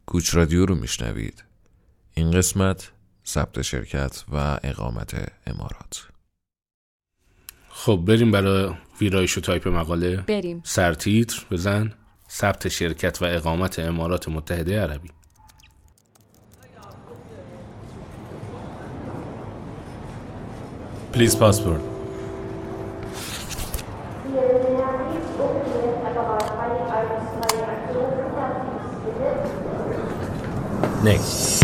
کوچ رادیو رو میشنوید. این قسمت ثبت شرکت و اقامت امارات. خب بریم برای ویرایش و تایپ مقاله. بریم. سرتیتر بزن: ثبت شرکت و اقامت امارات متحده عربی. Please passport. Next.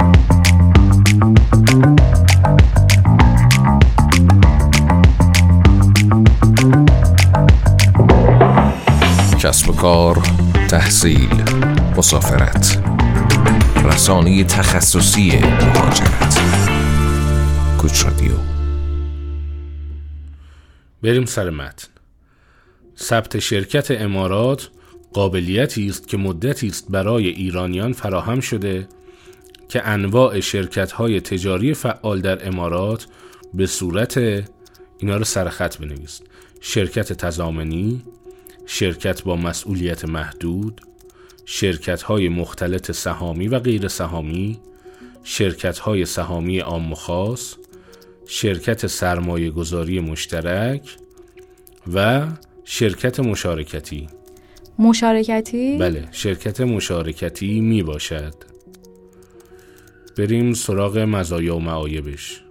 کسب و کار، تحصیل، مسافرت، رسانه تخصصی مهاجرت. کوچ رادیو. بریم سر متن. ثبت شرکت امارات قابلیتی است که مدتی است برای ایرانیان فراهم شده که انواع شرکت‌های تجاری فعال در امارات به صورت اینا رو سر خط بنویس: شرکت تضامنی، شرکت با مسئولیت محدود، شرکت‌های مختلط سهامی و غیر سهامی، شرکت‌های سهامی عام و خاص، شرکت سرمایه گذاری مشترک و شرکت مشارکتی. مشارکتی؟ بله، شرکت مشارکتی می باشد. بریم سراغ مزایا و معایبش.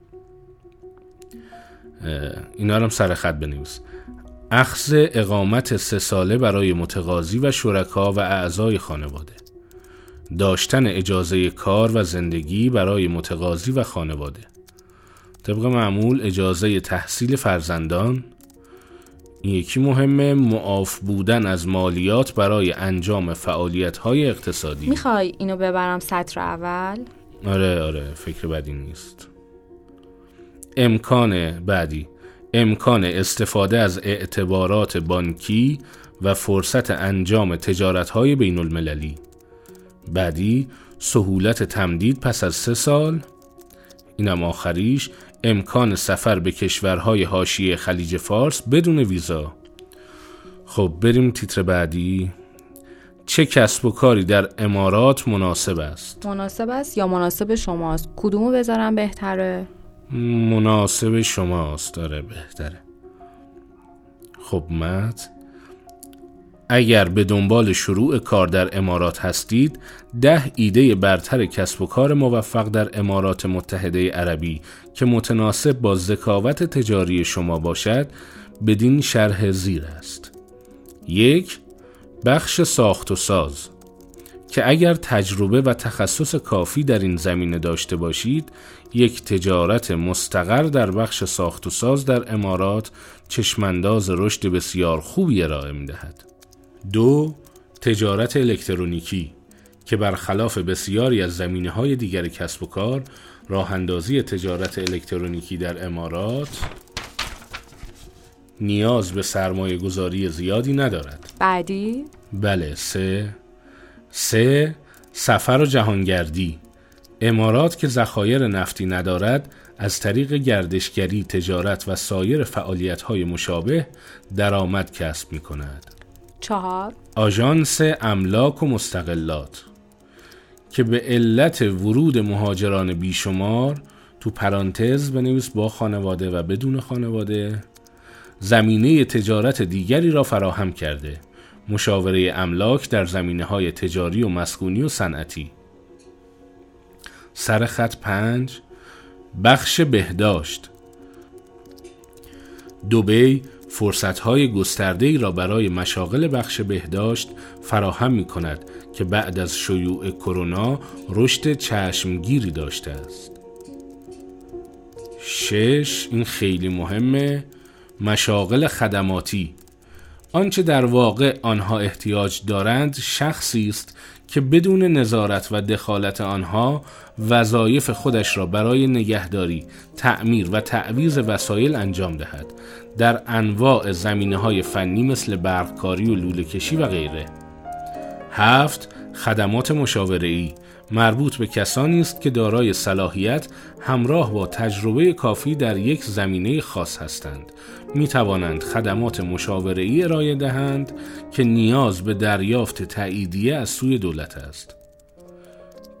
اینا رو هم سر خط بنویس: اخذ اقامت 3 ساله برای متقاضی و شرکا و اعضای خانواده، داشتن اجازه کار و زندگی برای متقاضی و خانواده، طبق معمول اجازه تحصیل فرزندان. این یکی مهمه: معاف بودن از مالیات برای انجام فعالیت‌های اقتصادی. میخوای اینو ببرم سطر اول؟ آره فکر بدی نیست. امکان استفاده از اعتبارات بانکی و فرصت انجام تجارت‌های بین المللی. بعدی سهولت تمدید پس از 3 سال. اینم آخریش: امکان سفر به کشورهای حاشیه خلیج فارس بدون ویزا. خب بریم تیتر بعدی. چه کسب و کاری در امارات مناسب است؟ مناسب است یا مناسب شماست؟ کدومو بذارم بهتره؟ مناسب شماست. داره بهتره. خب اگر به دنبال شروع کار در امارات هستید، 10 ایده برتر کسب و کار موفق در امارات متحده عربی که متناسب با ذکاوت تجاری شما باشد بدین شرح زیر است. 1. بخش ساخت و ساز، که اگر تجربه و تخصص کافی در این زمینه داشته باشید، یک تجارت مستقر در بخش ساخت و ساز در امارات چشمانداز رشد بسیار خوبی ارائه می‌دهد. 2. تجارت الکترونیکی، که برخلاف بسیاری از زمینه‌های دیگر کسب و کار، راه اندازی تجارت الکترونیکی در امارات نیاز به سرمایه گذاری زیادی ندارد. بعدی؟ بله. 3. سفر و جهانگردی. امارات که ذخایر نفتی ندارد، از طریق گردشگری، تجارت و سایر فعالیت‌های مشابه درآمد کسب می‌کند. 4. آژانس املاک و مستقلات، که به علت ورود مهاجران بیشمار، تو پرانتز بنویس با خانواده و بدون خانواده، زمینه تجارت دیگری را فراهم کرده: مشاوره املاک در زمینه‌های تجاری و مسکونی و صنعتی. سر خط 5. بخش بهداشت. دبی فرصت‌های گسترده‌ای را برای مشاغل بخش بهداشت فراهم می‌کند که بعد از شیوع کرونا رشد چشمگیری داشته است. 6. این خیلی مهمه: مشاغل خدماتی. آنچه در واقع آنها احتیاج دارند شخصی است که بدون نظارت و دخالت آنها وظایف خودش را برای نگهداری، تعمیر و تعویض وسایل انجام دهد در انواع زمینه‌های فنی مثل برقکاری و لوله کشی و غیره. 7. خدمات مشاوره‌ای، مربوط به کسانی است که دارای صلاحیت همراه با تجربه کافی در یک زمینه خاص هستند. می توانند خدمات مشاوره‌ای ارائه دهند که نیاز به دریافت تاییدیه از سوی دولت است.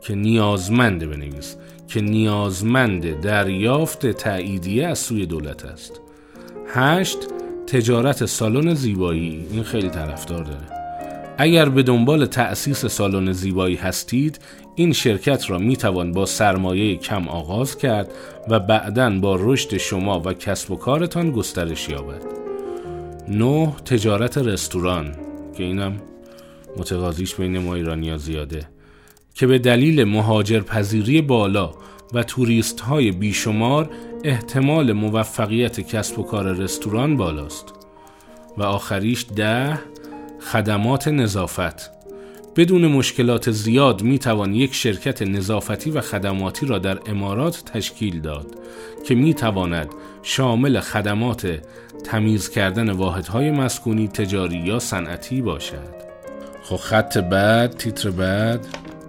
که نیازمند بنویس که نیازمند دریافت تأییدیه از سوی دولت است. 8. تجارت سالن زیبایی. این خیلی طرفدار داره. اگر به دنبال تأسیس سالن زیبایی هستید، این شرکت را میتوان با سرمایه کم آغاز کرد و بعداً با رشد شما و کسب و کارتان گسترش یابد. 9. تجارت رستوران، که اینم متقاضیش بین ما ایرانی‌ها زیاده، که به دلیل مهاجرپذیری بالا و توریست های بیشمار احتمال موفقیت کسب و کار رستوران بالاست. و آخریش 10. خدمات نظافت. بدون مشکلات زیاد می توان یک شرکت نظافتی و خدماتی را در امارات تشکیل داد که می تواند شامل خدمات تمیز کردن واحدهای مسکونی، تجاری یا صنعتی باشد. خب خط بعد، تیتر بعد،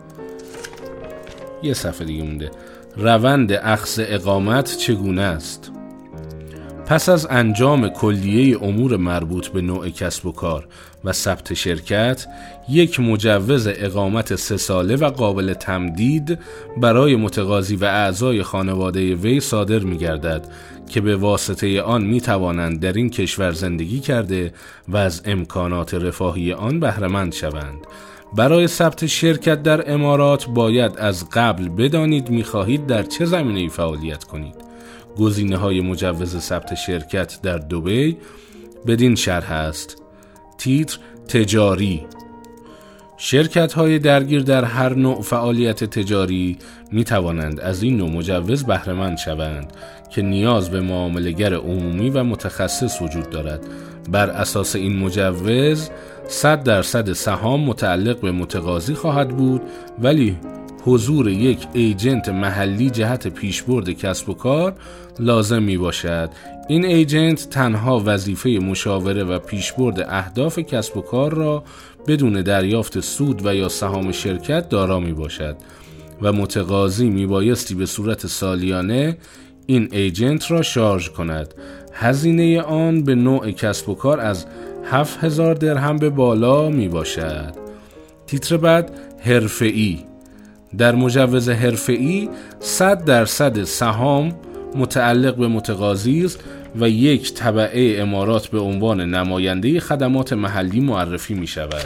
یه صفحه دیگه مونده. روند اخذ اقامت چگونه است؟ پس از انجام کلیه امور مربوط به نوع کسب و کار و ثبت شرکت، یک مجوز اقامت 3 ساله و قابل تمدید برای متقاضی و اعضای خانواده وی صادر می گردد که به واسطه آن می توانند در این کشور زندگی کرده و از امکانات رفاهی آن بهره‌مند شوند. برای ثبت شرکت در امارات باید از قبل بدانید می خواهید در چه زمینه‌ای فعالیت کنید. گزینه‌های مجوز ثبت شرکت در دبی بدین شرح است: تیتر: تجاری. شرکت‌های درگیر در هر نوع فعالیت تجاری می توانند از این نوع مجوز بهره‌مند شوند که نیاز به معامله‌گر عمومی و متخصص وجود دارد. بر اساس این مجوز 100% سهام متعلق به متقاضی خواهد بود، ولی حضور یک ایجنت محلی جهت پیشبرد کسب و کار لازم می باشد. این ایجنت تنها وظیفه مشاوره و پیشبرد اهداف کسب و کار را بدون دریافت سود و یا سهام شرکت دارا می باشد و متقاضی می بایستی به صورت سالیانه این ایجنت را شارژ کند. هزینه آن به نوع کسب و کار از 7000 درهم به بالا می باشد. تیتر بعد: حرفه‌ای. در مجوز حرفه‌ای 100% سهام متعلق به متقاضی است و یک تبعه امارات به عنوان نماینده خدمات محلی معرفی می شود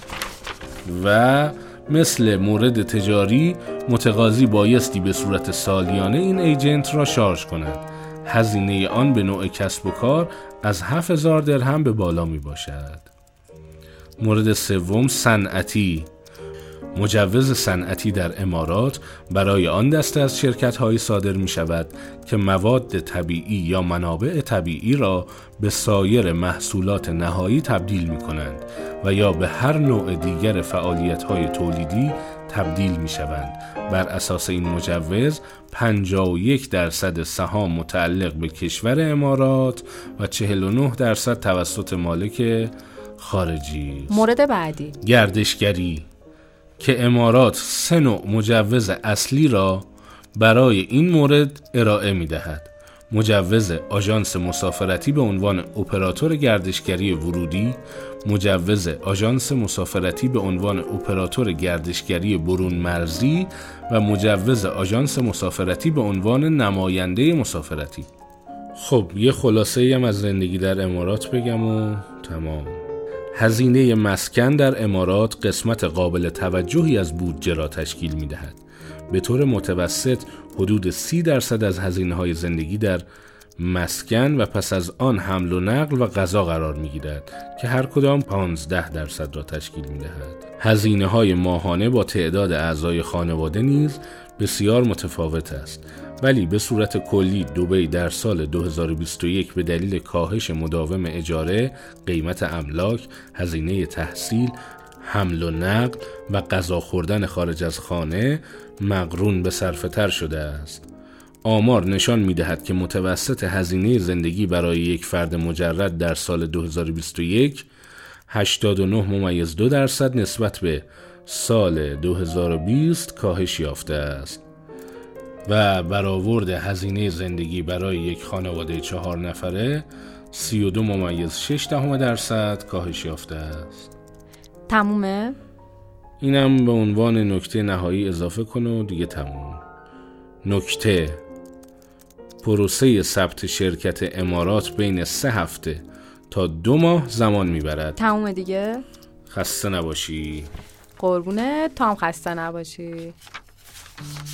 و مثل مورد تجاری متقاضی بایستی به صورت سالیانه این ایجنت را شارژ کند. هزینه آن به نوع کسب و کار از 7000 درهم به بالا می باشد. مورد سوم: صنعتی. مجوز صنعتی در امارات برای آن دسته از شرکت‌هایی صادر می‌شود که مواد طبیعی یا منابع طبیعی را به سایر محصولات نهایی تبدیل می‌کنند و یا به هر نوع دیگر فعالیت‌های تولیدی تبدیل می‌شوند. بر اساس این مجوز 51% سهام متعلق به کشور امارات و 49% توسط مالک خارجی. مورد بعدی: گردشگری، که امارات 3 نوع مجوز اصلی را برای این مورد ارائه می دهد: مجوز آژانس مسافرتی به عنوان اپراتور گردشگری ورودی، مجوز آژانس مسافرتی به عنوان اپراتور گردشگری برون مرزی و مجوز آژانس مسافرتی به عنوان نماینده مسافرتی. خب یه خلاصه هم از زندگی در امارات بگم و تمام. هزینه مسکن در امارات قسمت قابل توجهی از بودجه را تشکیل می دهد. به طور متوسط حدود 30% از هزینه‌های زندگی در مسکن و پس از آن حمل و نقل و غذا قرار می گیرد که هر کدام 15% را تشکیل می دهد. هزینه‌های ماهانه با تعداد اعضای خانواده نیز بسیار متفاوت است، ولی به صورت کلی دبی در سال 2021 به دلیل کاهش مداوم اجاره، قیمت املاک، هزینه تحصیل، حمل و نقل و غذا خوردن خارج از خانه مقرون به صرفه تر شده است. آمار نشان می‌دهد که متوسط هزینه زندگی برای یک فرد مجرد در سال 2021 89.2% نسبت به سال 2020 کاهش یافته است و برآورد هزینه زندگی برای یک خانواده 4 نفره 32.6% کاهش یافته است. تمومه؟ اینم به عنوان نکته نهایی اضافه کن و دیگه تموم. نکته: پروسه ثبت شرکت امارات بین 3 هفته تا 2 ماه زمان میبرد. تموم دیگه؟ خسته نباشی. قربونه، تا هم خسته نباشی.